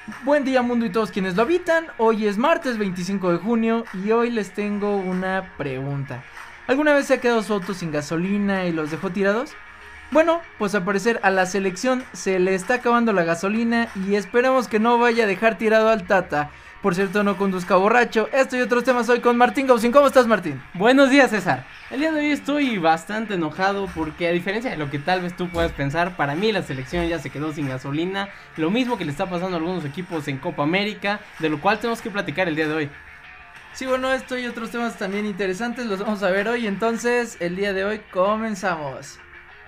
Buen día mundo y todos quienes lo habitan. Hoy es martes 25 de junio y hoy les tengo una pregunta. ¿Alguna vez se ha quedado su auto sin gasolina y los dejó tirados? Bueno, pues al parecer a la selección se le está acabando la gasolina y esperemos que no vaya a dejar tirado al Tata. Por cierto, no conduzca borracho. Esto y otros temas hoy con Martín Gausin. ¿Cómo estás, Martín? Buenos días, César. El día de hoy estoy bastante enojado porque, a diferencia de lo que tal vez tú puedas pensar, para mí la selección ya se quedó sin gasolina. Lo mismo que le está pasando a algunos equipos en Copa América, de lo cual tenemos que platicar el día de hoy. Sí, bueno, esto y otros temas también interesantes los vamos a ver hoy. Entonces, el día de hoy comenzamos.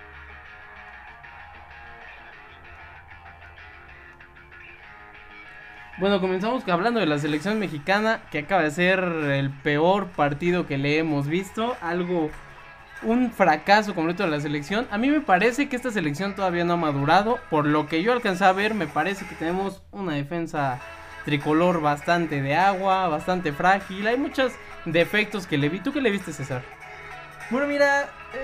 Bueno, comenzamos hablando de la selección mexicana, que acaba de ser el peor partido que le hemos visto. Un fracaso completo de la selección. A mí me parece que esta selección todavía no ha madurado. Por lo que yo alcancé a ver, me parece que tenemos una defensa tricolor bastante de agua, bastante frágil. Hay muchos defectos que le vi. ¿Tú qué le viste, César? Bueno, mira,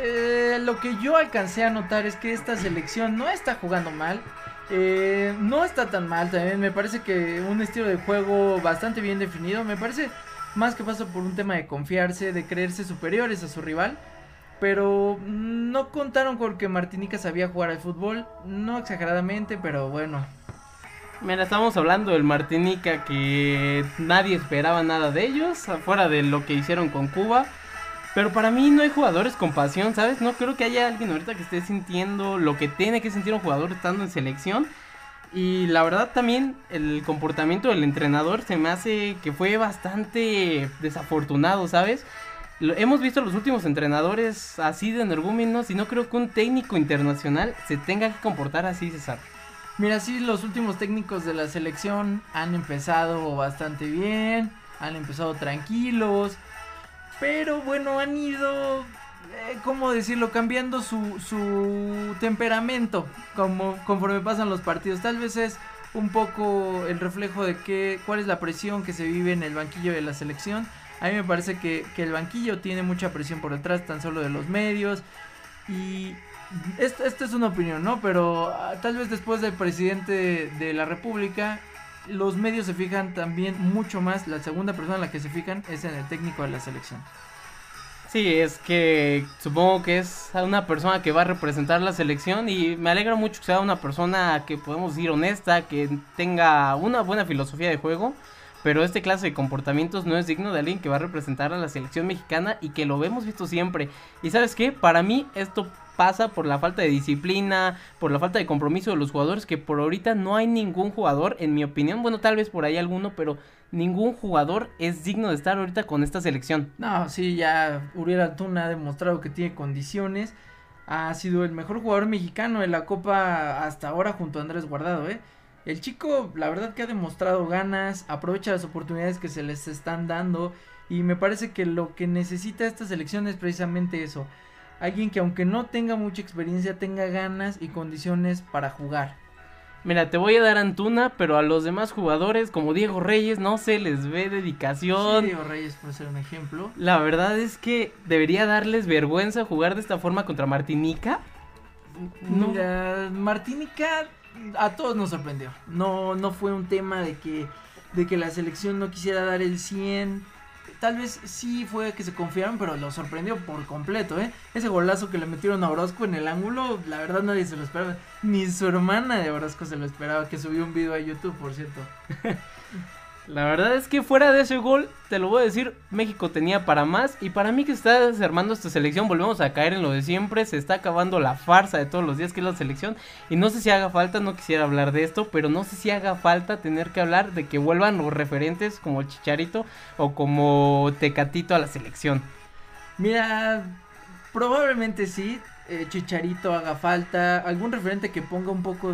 lo que yo alcancé a notar es que esta selección no está jugando mal. No está tan mal también. Me parece que un estilo de juego bastante bien definido. Me parece más que pasa por un tema de confiarse, de creerse superiores a su rival. Pero no contaron con que Martinica sabía jugar al fútbol. No exageradamente, pero bueno. Mira, estamos hablando del Martinica, que nadie esperaba nada de ellos, afuera de lo que hicieron con Cuba. Pero para mí no hay jugadores con pasión, ¿sabes? No creo que haya alguien ahorita que esté sintiendo lo que tiene que sentir un jugador estando en selección. Y la verdad también el comportamiento del entrenador se me hace que fue bastante desafortunado, ¿sabes? Hemos visto a los últimos entrenadores así de energúmenos y no creo que un técnico internacional se tenga que comportar así, César. Mira, sí, los últimos técnicos de la selección han empezado bastante bien. Han empezado tranquilos. Pero bueno, han ido, ¿cómo decirlo? Cambiando su temperamento conforme pasan los partidos. Tal vez es un poco el reflejo de cuál es la presión que se vive en el banquillo de la selección. A mí me parece que el banquillo tiene mucha presión por detrás, tan solo de los medios. Y esto es una opinión, ¿no? Pero tal vez después del presidente de la república, los medios se fijan también mucho más. La segunda persona en la que se fijan es en el técnico de la selección. Sí, es que supongo que es una persona que va a representar la selección y me alegra mucho que sea una persona que podemos decir honesta, que tenga una buena filosofía de juego, pero este clase de comportamientos no es digno de alguien que va a representar a la selección mexicana y que lo hemos visto siempre. Y ¿sabes qué? Para mí esto pasa por la falta de disciplina, por la falta de compromiso de los jugadores, que por ahorita no hay ningún jugador, en mi opinión, bueno, tal vez por ahí alguno, pero ningún jugador es digno de estar ahorita con esta selección. No, sí, ya Uriel Antuna ha demostrado que tiene condiciones. Ha sido el mejor jugador mexicano de la Copa hasta ahora junto a Andrés Guardado, ¿eh? El chico, la verdad que ha demostrado ganas, aprovecha las oportunidades que se les están dando y me parece que lo que necesita esta selección es precisamente eso. Alguien que aunque no tenga mucha experiencia, tenga ganas y condiciones para jugar. Mira, te voy a dar Antuna, pero a los demás jugadores como Diego Reyes no se les ve dedicación. Sí, Diego Reyes puede ser un ejemplo. La verdad es que debería darles vergüenza jugar de esta forma contra Martinica. No. Mira, Martinica a todos nos sorprendió. No fue un tema de que la selección no quisiera dar el 100. Tal vez sí fue que se confiaron, pero lo sorprendió por completo, ¿eh? Ese golazo que le metieron a Orozco en el ángulo, la verdad nadie se lo esperaba. Ni su hermana de Orozco se lo esperaba, que subió un video a YouTube, por cierto. La verdad es que fuera de ese gol, te lo voy a decir, México tenía para más. Y para mí que está desarmando esta selección, volvemos a caer en lo de siempre. Se está acabando la farsa de todos los días que es la selección. Y no sé si haga falta, no quisiera hablar de esto, pero no sé si haga falta tener que hablar de que vuelvan los referentes como Chicharito o como Tecatito a la selección. Mira, probablemente sí, Chicharito haga falta, algún referente que ponga un poco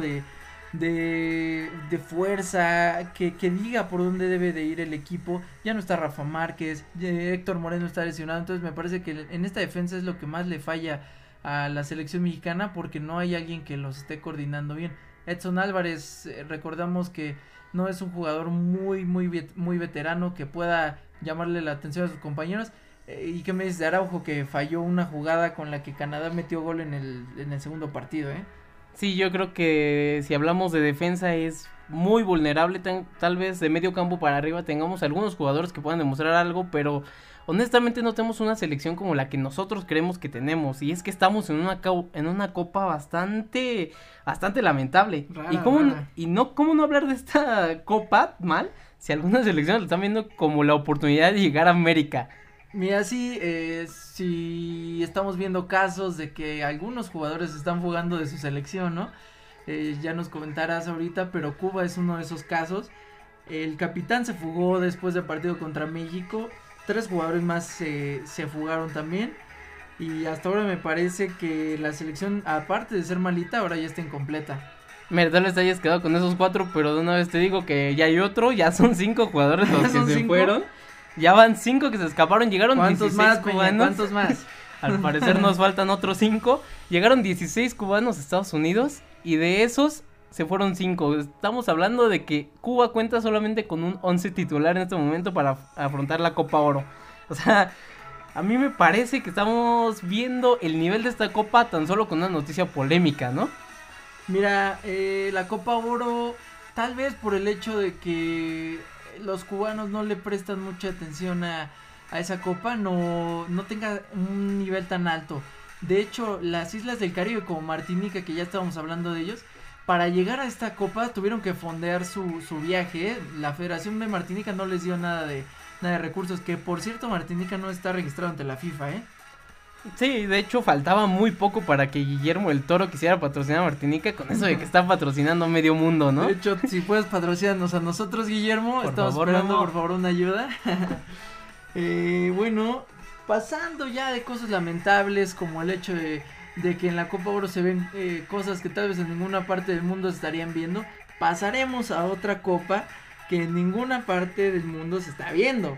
de fuerza, que diga por dónde debe de ir el equipo. Ya no está Rafa Márquez, Héctor Moreno está lesionado, entonces me parece que en esta defensa es lo que más le falla a la selección mexicana, porque no hay alguien que los esté coordinando bien. Edson Álvarez, recordamos que no es un jugador muy veterano que pueda llamarle la atención a sus compañeros. ¿Y qué me dices de Araujo, que falló una jugada con la que Canadá metió gol en el segundo partido, eh? Sí, yo creo que si hablamos de defensa es muy vulnerable, tal vez de medio campo para arriba tengamos algunos jugadores que puedan demostrar algo, pero honestamente no tenemos una selección como la que nosotros creemos que tenemos, y es que estamos en una copa bastante lamentable. ¿Cómo no hablar de esta copa mal si algunas selecciones lo están viendo como la oportunidad de llegar a América? Mira, sí, estamos viendo casos de que algunos jugadores están jugando de su selección, ¿no? Ya nos comentarás ahorita, pero Cuba es uno de esos casos. El capitán se fugó después del partido contra México. 3 jugadores más se fugaron también. Y hasta ahora me parece que la selección, aparte de ser malita, ahora ya está incompleta. Mira, tal vez te hayas quedado con esos 4, pero de una vez te digo que ya hay otro. Ya son 5 jugadores los que se fueron. Ya van 5 que se escaparon, llegaron 16 más, cubanos. Peña, ¿cuántos más? Al parecer nos faltan otros 5. Llegaron 16 cubanos a Estados Unidos y de esos se fueron 5. Estamos hablando de que Cuba cuenta solamente con un 11 titular en este momento para afrontar la Copa Oro. O sea, a mí me parece que estamos viendo el nivel de esta copa tan solo con una noticia polémica, ¿no? Mira, la Copa Oro, tal vez por el hecho de que los cubanos no le prestan mucha atención a esa copa, no tenga un nivel tan alto. De hecho, las islas del Caribe como Martinica, que ya estábamos hablando de ellos, para llegar a esta copa tuvieron que fondear su viaje, ¿eh? La Federación de Martinica no les dio nada de recursos, que por cierto Martinica no está registrado ante la FIFA, ¿eh? Sí, de hecho faltaba muy poco para que Guillermo el Toro quisiera patrocinar a Martinica, con eso de que está patrocinando a medio mundo, ¿no? De hecho, si puedes patrocinarnos a nosotros, Guillermo, estamos esperando por favor una ayuda. Bueno, pasando ya de cosas lamentables como el hecho de que en la Copa Oro se ven cosas que tal vez en ninguna parte del mundo se estarían viendo, pasaremos a otra copa que en ninguna parte del mundo se está viendo.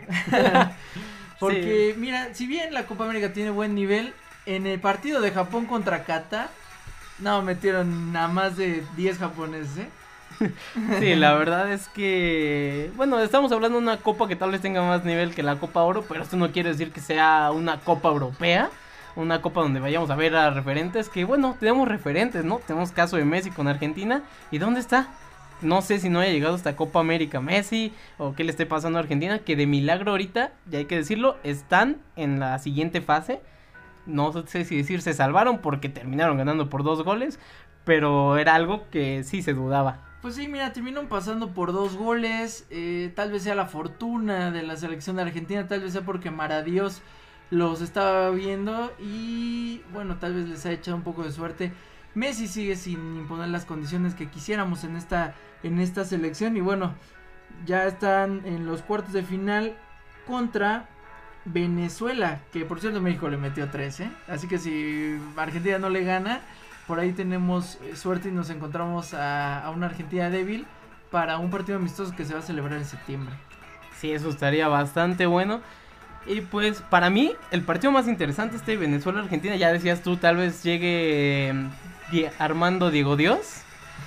Porque sí, mira, si bien la Copa América tiene buen nivel, en el partido de Japón contra Qatar, no, metieron a más de 10 japoneses, ¿eh? Sí, la verdad es que, bueno, estamos hablando de una copa que tal vez tenga más nivel que la Copa Oro, pero esto no quiere decir que sea una copa europea, una copa donde vayamos a ver a referentes, que bueno, tenemos referentes, ¿no? Tenemos caso de Messi con Argentina, ¿y dónde está? No sé si no haya llegado hasta Copa América Messi o qué le esté pasando a Argentina, que de milagro ahorita, ya hay que decirlo, están en la siguiente fase. No sé si decir se salvaron porque terminaron ganando por 2 goles, pero era algo que sí se dudaba. Pues sí, mira, terminaron pasando por 2 goles, tal vez sea la fortuna de la selección de Argentina, tal vez sea porque Maradios los estaba viendo y bueno, tal vez les ha echado un poco de suerte. Messi sigue sin imponer las condiciones que quisiéramos en esta selección y bueno, ya están en los cuartos de final contra Venezuela, que por cierto México le metió 3, así que si Argentina no le gana, por ahí tenemos suerte y nos encontramos a una Argentina débil para un partido amistoso que se va a celebrar en septiembre. Sí, eso estaría bastante bueno. Y pues para mí el partido más interesante Venezuela-Argentina, ya decías tú, tal vez llegue Armando Diego Dios,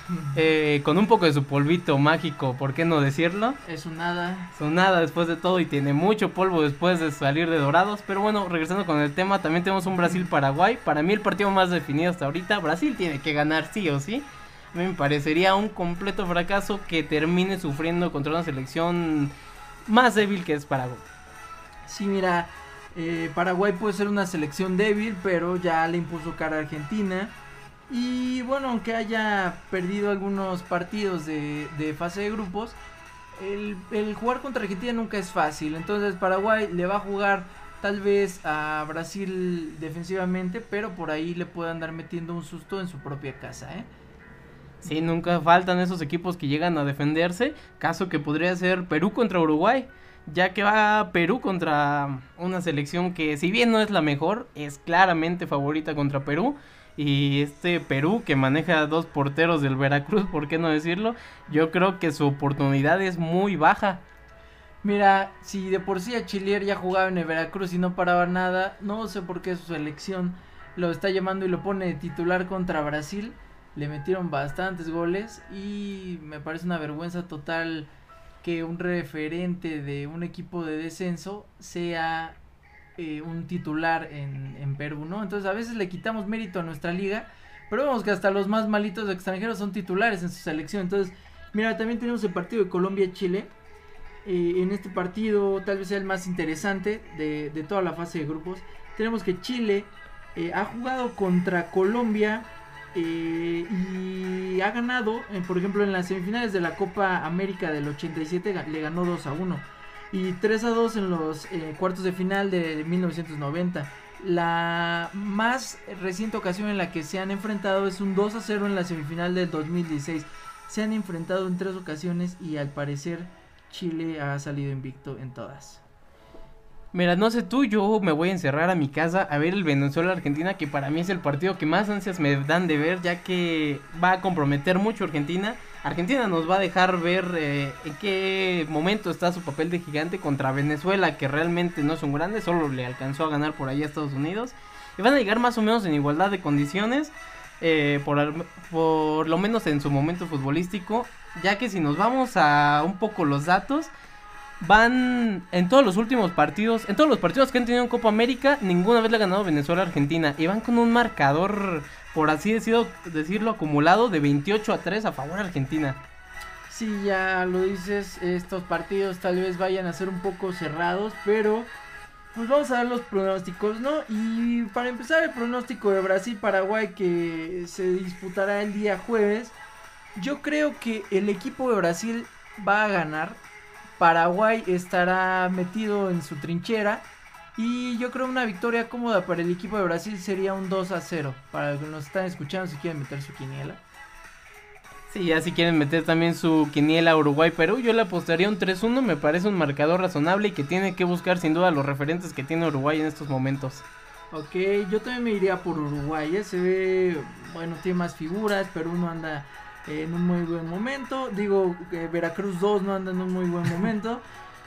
con un poco de su polvito mágico, ¿por qué no decirlo? Es un nada. Es un nada después de todo y tiene mucho polvo después de salir de Dorados. Pero bueno, regresando con el tema, también tenemos un Brasil-Paraguay. Para mí el partido más definido hasta ahorita, Brasil tiene que ganar sí o sí. A mí me parecería un completo fracaso que termine sufriendo contra una selección más débil que es Paraguay. Sí, mira, Paraguay puede ser una selección débil, pero ya le impuso cara a Argentina. Y bueno, aunque haya perdido algunos partidos de fase de grupos, el jugar contra Argentina nunca es fácil. Entonces Paraguay le va a jugar tal vez a Brasil defensivamente, pero por ahí le puede andar metiendo un susto en su propia casa, ¿eh? Sí, nunca faltan esos equipos que llegan a defenderse, caso que podría ser Perú contra Uruguay, ya que va Perú contra una selección que si bien no es la mejor, es claramente favorita contra Perú. Y Perú que maneja 2 porteros del Veracruz, ¿por qué no decirlo? Yo creo que su oportunidad es muy baja. Mira, si de por sí a Chilier ya jugaba en el Veracruz y no paraba nada, no sé por qué su selección lo está llamando y lo pone de titular contra Brasil. Le metieron bastantes goles y me parece una vergüenza total que un referente de un equipo de descenso sea un titular en Perú, ¿no? Entonces a veces le quitamos mérito a nuestra liga, pero vemos que hasta los más malitos extranjeros son titulares en su selección. Entonces Mira, también tenemos el partido de Colombia-Chile. En este partido tal vez sea el más interesante de toda la fase de grupos. Tenemos que Chile ha jugado contra Colombia y ha ganado, por ejemplo, en las semifinales de la Copa América del 87 le ganó 2-1 y 3-2 en los cuartos de final de 1990. La más reciente ocasión en la que se han enfrentado es un 2-0 en la semifinal del 2016. Se han enfrentado en 3 ocasiones y al parecer Chile ha salido invicto en todas. Mira, no sé tú, yo me voy a encerrar a mi casa a ver el Venezuela-Argentina, que para mí es el partido que más ansias me dan de ver, ya que va a comprometer mucho a Argentina. Argentina nos va a dejar ver en qué momento está su papel de gigante contra Venezuela, que realmente no es un grande, solo le alcanzó a ganar por ahí a Estados Unidos. Y van a llegar más o menos en igualdad de condiciones, por lo menos en su momento futbolístico, ya que si nos vamos a un poco los datos, van en todos los últimos partidos, en todos los partidos que han tenido en Copa América, ninguna vez le ha ganado Venezuela a Argentina, y van con un marcador, por así decirlo, acumulado de 28-3 a favor de Argentina. Sí, ya lo dices, estos partidos tal vez vayan a ser un poco cerrados, pero pues vamos a ver los pronósticos, ¿no? Y para empezar, el pronóstico de Brasil-Paraguay, que se disputará el día jueves. Yo creo que el equipo de Brasil va a ganar. Paraguay estará metido en su trinchera. Y yo creo una victoria cómoda para el equipo de Brasil sería un 2-0. Para los que nos están escuchando, si quieren meter su quiniela. Sí, ya si quieren meter también su quiniela Uruguay-Perú, yo le apostaría un 3-1, me parece un marcador razonable y que tiene que buscar sin duda los referentes que tiene Uruguay en estos momentos. Ok, yo también me iría por Uruguay, se ve, bueno, tiene más figuras, Perú no anda en un muy buen momento, digo, Veracruz 2 no anda en un muy buen momento.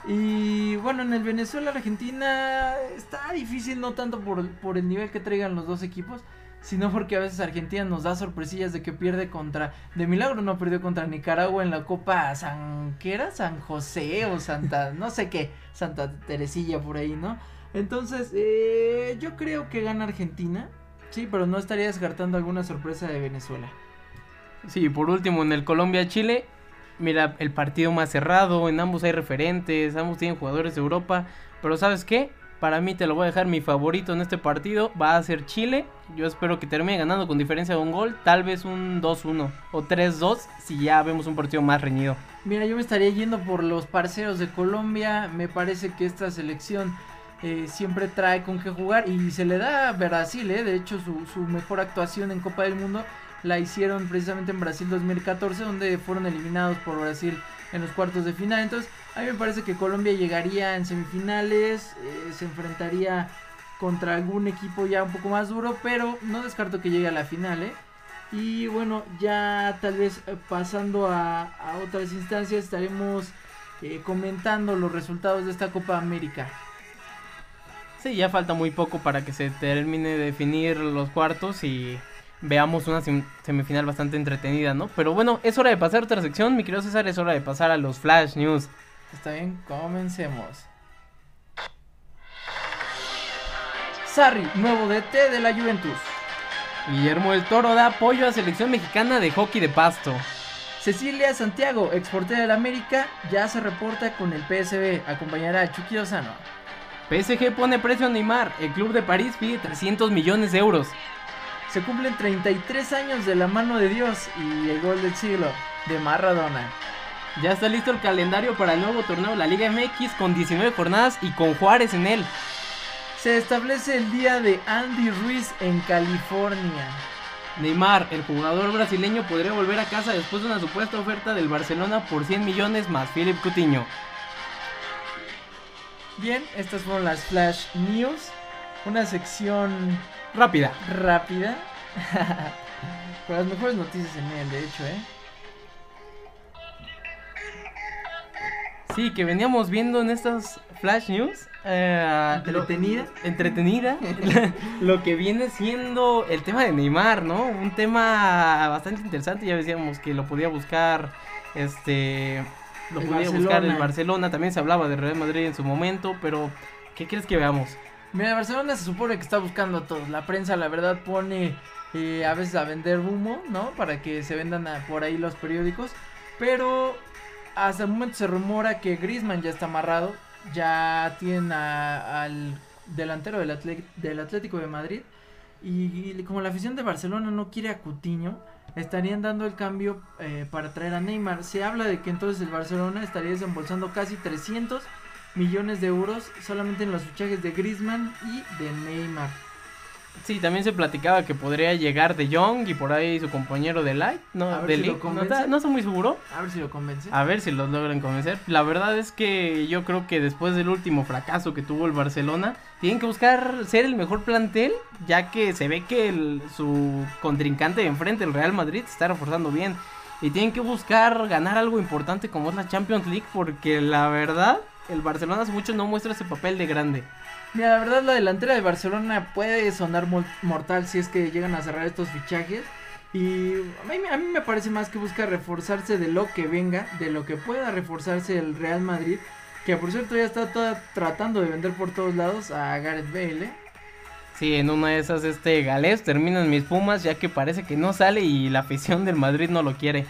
Y bueno, en el Venezuela-Argentina está difícil, no tanto por el nivel que traigan los dos equipos, sino porque a veces Argentina nos da sorpresillas de que pierde de milagro no perdió contra Nicaragua en la Copa ¿qué era? San José o Santa, no sé qué, Santa Teresilla por ahí, ¿no? Entonces, yo creo que gana Argentina, sí, pero no estaría descartando alguna sorpresa de Venezuela. Sí, por último, en el Colombia-Chile, mira, el partido más cerrado, en ambos hay referentes, ambos tienen jugadores de Europa, pero ¿sabes qué? Para mí te lo voy a dejar, mi favorito en este partido va a ser Chile. Yo espero que termine ganando con diferencia de un gol, tal vez un 2-1 o 3-2 si ya vemos un partido más reñido. Mira, yo me estaría yendo por los parceros de Colombia, me parece que esta selección siempre trae con qué jugar y se le da a Brasil, de hecho su mejor actuación en Copa del Mundo la hicieron precisamente en Brasil 2014, donde fueron eliminados por Brasil en los cuartos de final. Entonces a mí me parece que Colombia llegaría en semifinales, se enfrentaría contra algún equipo ya un poco más duro, pero no descarto que llegue a la final, Y bueno, ya tal vez pasando a otras instancias estaremos comentando los resultados de esta Copa América. Sí, ya falta muy poco para que se termine de definir los cuartos y veamos una semifinal bastante entretenida, ¿no? Pero bueno, es hora de pasar a otra sección, mi querido César, es hora de pasar a los Flash News. Está bien, comencemos. Sarri, nuevo DT de la Juventus. Guillermo del Toro da apoyo a selección mexicana de hockey de pasto. Cecilia Santiago, exportera del América, ya se reporta con el PSV, acompañará a Chucky Lozano. PSG pone precio a Neymar, el club de París pide 300 millones de euros. Se cumplen 33 años de la mano de Dios y el gol del siglo de Maradona. Ya está listo el calendario para el nuevo torneo de la Liga MX con 19 jornadas y con Juárez en él. Se establece el día de Andy Ruiz en California. Neymar, el jugador brasileño, podría volver a casa después de una supuesta oferta del Barcelona por 100 millones más Philippe Coutinho. Bien, estas fueron las Flash News. Una sección rápida. Con las mejores noticias en él, de hecho, Sí, que veníamos viendo en estas Flash News. Entretenida. Lo que viene siendo el tema de Neymar, ¿no? Un tema bastante interesante. Ya decíamos que lo podía buscar buscar el Barcelona. También se hablaba de Real Madrid en su momento. Pero, ¿qué crees que veamos? Mira, el Barcelona se supone que está buscando a todos. La prensa, la verdad, pone a veces a vender humo, ¿no? Para que se vendan por ahí los periódicos. Pero hasta el momento se rumora que Griezmann ya está amarrado. Ya tienen al delantero del Atlético de Madrid. Y como la afición de Barcelona no quiere a Coutinho, estarían dando el cambio para traer a Neymar. Se habla de que entonces el Barcelona estaría desembolsando casi 300 millones de euros solamente en los fichajes de Griezmann y de Neymar. Sí, también se platicaba que podría llegar De Jong y por ahí su compañero de Light, no estoy muy seguro. A ver si lo convence. A ver si los logran convencer. La verdad es que yo creo que después del último fracaso que tuvo el Barcelona, tienen que buscar ser el mejor plantel, ya que se ve que su contrincante de enfrente, el Real Madrid, se está reforzando bien. Y tienen que buscar ganar algo importante como es la Champions League, porque la verdad, el Barcelona hace mucho no muestra ese papel de grande. Mira, la verdad la delantera de Barcelona puede sonar mortal si es que llegan a cerrar estos fichajes. Y a mí me parece más que busca reforzarse de lo que venga, de lo que pueda reforzarse el Real Madrid. Que por cierto ya está tratando de vender por todos lados a Gareth Bale, ¿eh? Sí, en una de esas Galés termina en mis Pumas, ya que parece que no sale y la afición del Madrid no lo quiere.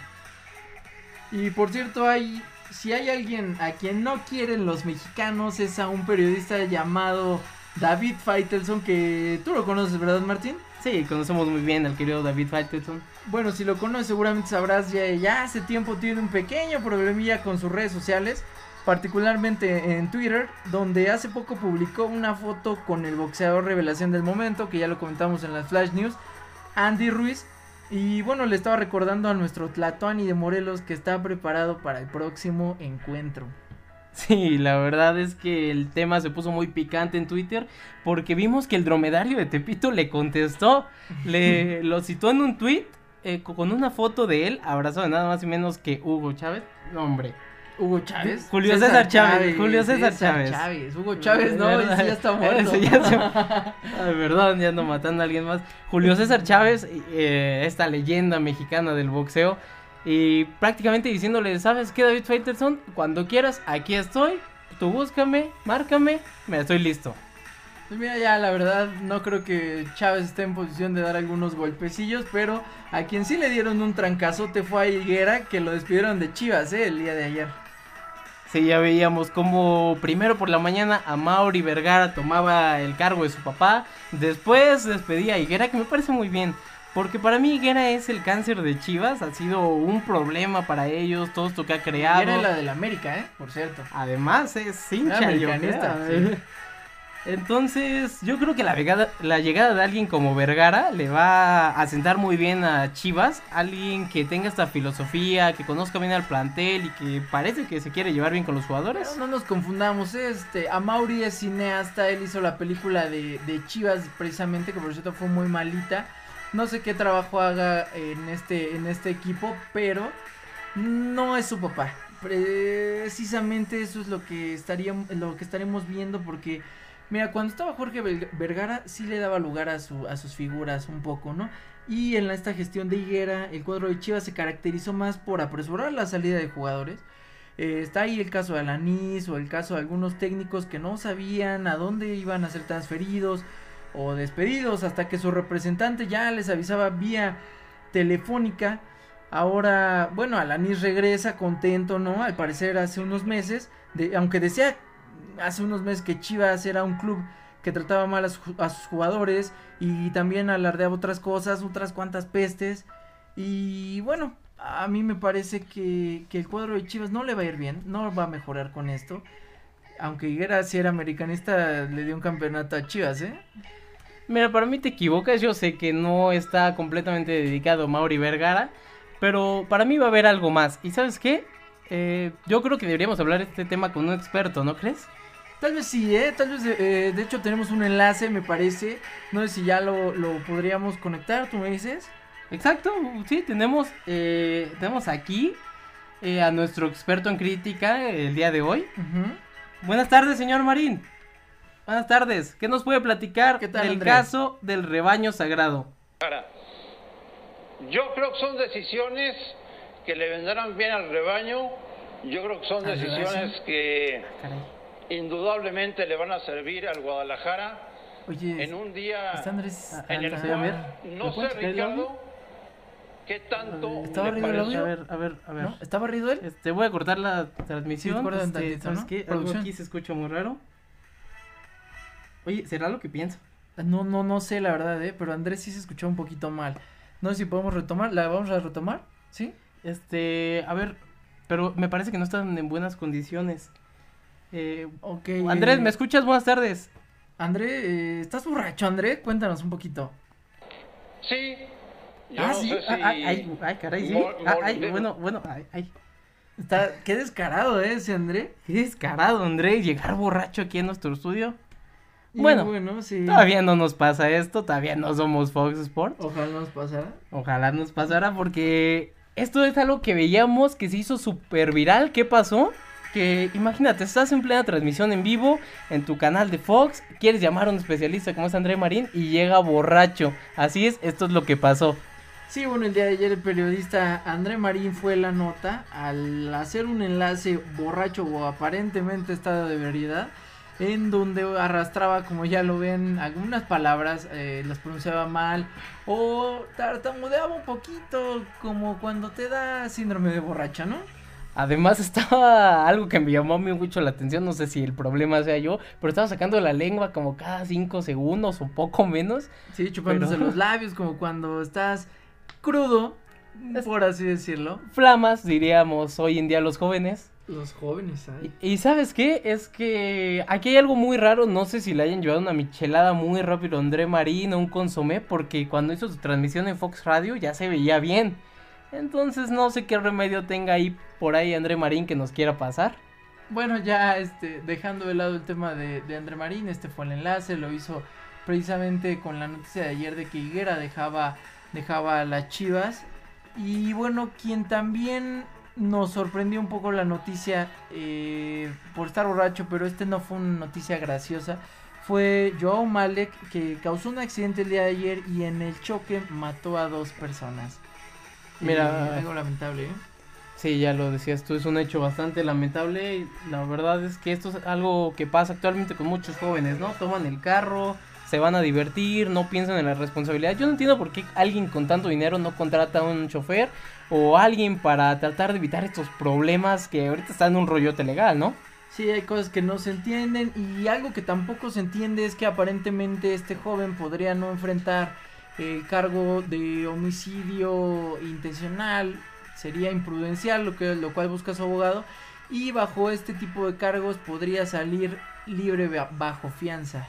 Y por cierto, si hay alguien a quien no quieren los mexicanos, es a un periodista llamado David Faitelson, que tú lo conoces, ¿verdad, Martín? Sí, conocemos muy bien al querido David Faitelson. Bueno, si lo conoces seguramente sabrás, ya hace tiempo tiene un pequeño problemilla con sus redes sociales, particularmente en Twitter, donde hace poco publicó una foto con el boxeador revelación del momento, que ya lo comentamos en las Flash News, Andy Ruiz. Y bueno, le estaba recordando a nuestro Tlatoani de Morelos que está preparado para el próximo encuentro. Sí, la verdad es que el tema se puso muy picante en Twitter, porque vimos que el dromedario de Tepito le contestó, lo citó en un tweet con una foto de él abrazado nada más y menos que Hugo Chávez. No, hombre. Hugo Chávez. Julio César Chávez. Julio César Chávez. Hugo Chávez, no, ese ya está muerto. Ay, perdón, ya ando matando a alguien más. Julio César Chávez, esta leyenda mexicana del boxeo, y prácticamente diciéndole, ¿sabes qué, David Faitelson? Cuando quieras, aquí estoy, tú búscame, márcame, estoy listo. Pues mira, ya la verdad no creo que Chávez esté en posición de dar algunos golpecillos, pero a quien sí le dieron un trancazote fue a Higuera, que lo despidieron de Chivas, el día de ayer. Sí, ya veíamos como primero por la mañana Amaury Vergara tomaba el cargo de su papá, después despedía a Higuera, que me parece muy bien, porque para mí Higuera es el cáncer de Chivas, ha sido un problema para ellos, todo esto que ha creado. Higuera es la del América, por cierto. Además es hincha, yo creo. Sí. Entonces, yo creo que la llegada de alguien como Vergara le va a sentar muy bien a Chivas. Alguien que tenga esta filosofía, que conozca bien al plantel y que parece que se quiere llevar bien con los jugadores. Pero no nos confundamos, Amaury es cineasta, él hizo la película de Chivas precisamente, que por cierto fue muy malita. No sé qué trabajo haga en este equipo, pero no es su papá. Precisamente eso es lo que estaremos viendo, porque mira, cuando estaba Jorge Vergara sí le daba lugar a sus figuras un poco, ¿no? Y en esta gestión de Higuera, el cuadro de Chivas se caracterizó más por apresurar la salida de jugadores. Está ahí el caso de Alanís o el caso de algunos técnicos que no sabían a dónde iban a ser transferidos o despedidos hasta que su representante ya les avisaba vía telefónica. Ahora, bueno, Alanís regresa contento, ¿no? Al parecer hace unos meses, aunque decía hace unos meses que Chivas era un club que trataba mal a sus jugadores y también alardeaba otras cosas, otras cuantas pestes. Y bueno, a mí me parece que el cuadro de Chivas no le va a ir bien, no va a mejorar con esto. Aunque Higuera, si era americanista, le dio un campeonato a Chivas, ¿eh? Mira, para mí te equivocas, yo sé que no está completamente dedicado a Amaury Vergara, pero para mí va a haber algo más. ¿Y sabes qué? Yo creo que deberíamos hablar este tema con un experto, ¿no crees? Tal vez sí, tal vez de hecho tenemos un enlace, me parece. No sé si ya lo podríamos conectar, ¿tú me dices? Exacto, sí, tenemos aquí a nuestro experto en crítica el día de hoy. Buenas tardes, señor Marín. Buenas tardes, ¿qué nos puede platicar del caso del rebaño sagrado? Yo creo que son decisiones que le vendrán bien al rebaño. Yo creo que son decisiones que indudablemente le van a servir al Guadalajara. Oye, en un día Andrés, en el cual no sé, Ricardo, ¿qué tanto ¿Estaba le barrido el pareció? audio? A ver. ¿No? ¿Está barrido él? Voy a cortar la transmisión. Sí, corta un tantito, ¿sabes ¿no? qué? Algo Producción. aquí se escucha muy raro. Oye, ¿será lo que pienso? No sé la verdad, pero Andrés sí se escuchó un poquito mal. No sé si podemos retomar, ¿la vamos a retomar? ¿Sí? A ver, pero me parece que no están en buenas condiciones. Ok. Andrés, ¿me escuchas? Buenas tardes. André, ¿estás borracho, André? Cuéntanos un poquito. Sí. Yo Ah, no sí. sé si... Ay, caray, sí. Bueno, ay. Qué descarado, ese André. Qué descarado, André, llegar borracho aquí en nuestro estudio. Y Bueno, sí. Todavía no nos pasa esto, todavía no somos Fox Sports. Ojalá nos pasara. Ojalá nos pasara porque esto es algo que veíamos que se hizo súper viral. ¿Qué pasó? Que imagínate, estás en plena transmisión en vivo en tu canal de Fox, quieres llamar a un especialista como es André Marín y llega borracho. Así es, esto es lo que pasó. Sí, bueno, el día de ayer el periodista André Marín fue la nota al hacer un enlace borracho o aparentemente estado de ebriedad, en donde arrastraba, como ya lo ven, algunas palabras, las pronunciaba mal o tartamudeaba un poquito, como cuando te da síndrome de borracha, ¿no? Además estaba algo que me llamó a mí mucho la atención, no sé si el problema sea yo, pero estaba sacando la lengua como cada 5 segundos o poco menos. Sí, chupándose los labios, como cuando estás crudo, por así decirlo. Flamas, diríamos hoy en día los jóvenes. Los jóvenes, ¿sabes? Y ¿sabes qué? Es que aquí hay algo muy raro, no sé si le hayan llevado una michelada muy rápido a André Marín o un consomé, porque cuando hizo su transmisión en Fox Radio ya se veía bien. Entonces no sé qué remedio tenga ahí por ahí André Marín que nos quiera pasar. Bueno, ya dejando de lado el tema de André Marín, fue el enlace, lo hizo precisamente con la noticia de ayer de que Higuera dejaba a las Chivas. Y bueno, quien también nos sorprendió un poco la noticia por estar borracho, pero no fue una noticia graciosa, fue Joao Malek, que causó un accidente el día de ayer y en el choque mató a 2 personas. Mira, algo lamentable, Sí, ya lo decías tú, es un hecho bastante lamentable y la verdad es que esto es algo que pasa actualmente con muchos jóvenes, ¿no? Toman el carro, se van a divertir, no piensan en la responsabilidad. Yo no entiendo por qué alguien con tanto dinero no contrata a un chofer o alguien para tratar de evitar estos problemas que ahorita están en un rollote legal, ¿no? Sí, hay cosas que no se entienden y algo que tampoco se entiende es que aparentemente este joven podría no enfrentar el cargo de homicidio intencional, sería imprudencial, lo cual busca su abogado, y bajo este tipo de cargos podría salir libre bajo fianza.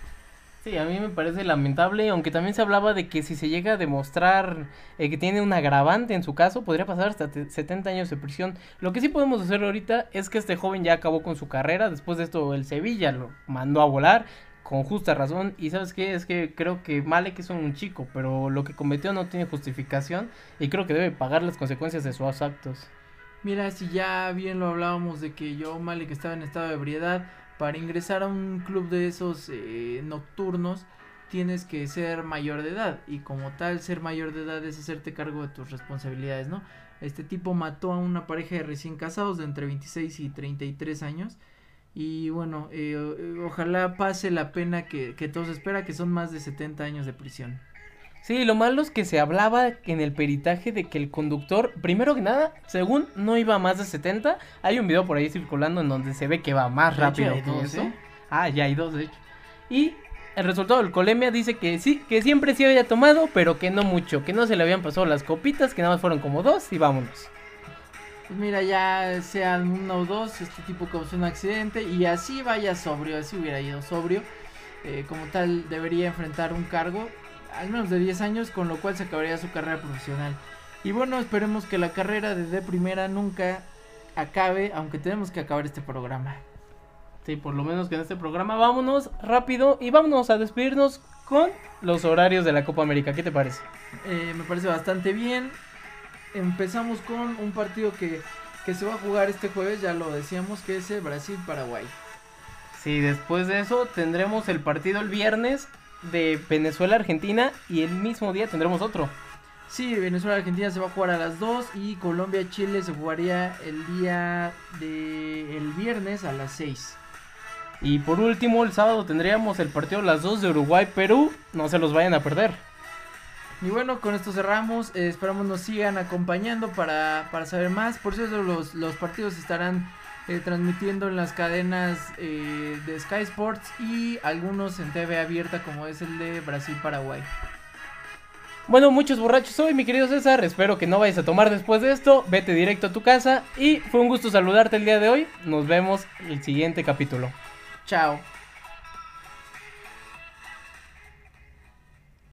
Sí, a mí me parece lamentable, aunque también se hablaba de que si se llega a demostrar que tiene un agravante en su caso, podría pasar hasta 70 años de prisión. Lo que sí podemos hacer ahorita es que este joven ya acabó con su carrera, después de esto el Sevilla lo mandó a volar, con justa razón, y ¿sabes qué? Es que creo que Malek es un chico, pero lo que cometió no tiene justificación, y creo que debe pagar las consecuencias de sus actos. Mira, si ya bien lo hablábamos de que Joao Malek estaba en estado de ebriedad, para ingresar a un club de esos nocturnos tienes que ser mayor de edad y como tal ser mayor de edad es hacerte cargo de tus responsabilidades, ¿no? Este tipo mató a una pareja de recién casados de entre 26 y 33 años y bueno, ojalá pase la pena que todos esperan, que son más de 70 años de prisión. Sí, lo malo es que se hablaba en el peritaje de que el conductor, primero que nada, según no iba a más de 70, hay un video por ahí circulando en donde se ve que va más rápido que eso. Ah, ya hay 2 de hecho. Y el resultado del colemia dice que sí, que siempre sí había tomado, pero que no mucho, que no se le habían pasado las copitas, que nada más fueron como 2 y vámonos. Pues mira, ya sean 1 o 2, este tipo causó un accidente y así vaya sobrio, así hubiera ido sobrio, como tal debería enfrentar un cargo al menos de 10 años, con lo cual se acabaría su carrera profesional. Y bueno, esperemos que la carrera de primera nunca acabe, aunque tenemos que acabar este programa. Sí, por lo menos que en este programa vámonos rápido y vámonos a despedirnos con los horarios de la Copa América. ¿Qué te parece? Me parece bastante bien. Empezamos con un partido que se va a jugar este jueves, ya lo decíamos, que es el Brasil-Paraguay. Sí, después de eso tendremos el partido el viernes de Venezuela-Argentina y el mismo día tendremos otro. Sí, Venezuela-Argentina se va a jugar a las 2 y Colombia-Chile se jugaría el día del viernes a las 6. Y por último, el sábado tendríamos el partido a las 2 de Uruguay-Perú, no se los vayan a perder. Y bueno, con esto cerramos. Esperamos nos sigan acompañando para saber más. Por cierto, los partidos estarán transmitiendo en las cadenas de Sky Sports y algunos en TV abierta, como es el de Brasil-Paraguay. Bueno, muchos borrachos hoy, mi querido César. Espero que no vayas a tomar después de esto. Vete directo a tu casa. Y fue un gusto saludarte el día de hoy. Nos vemos en el siguiente capítulo. Chao.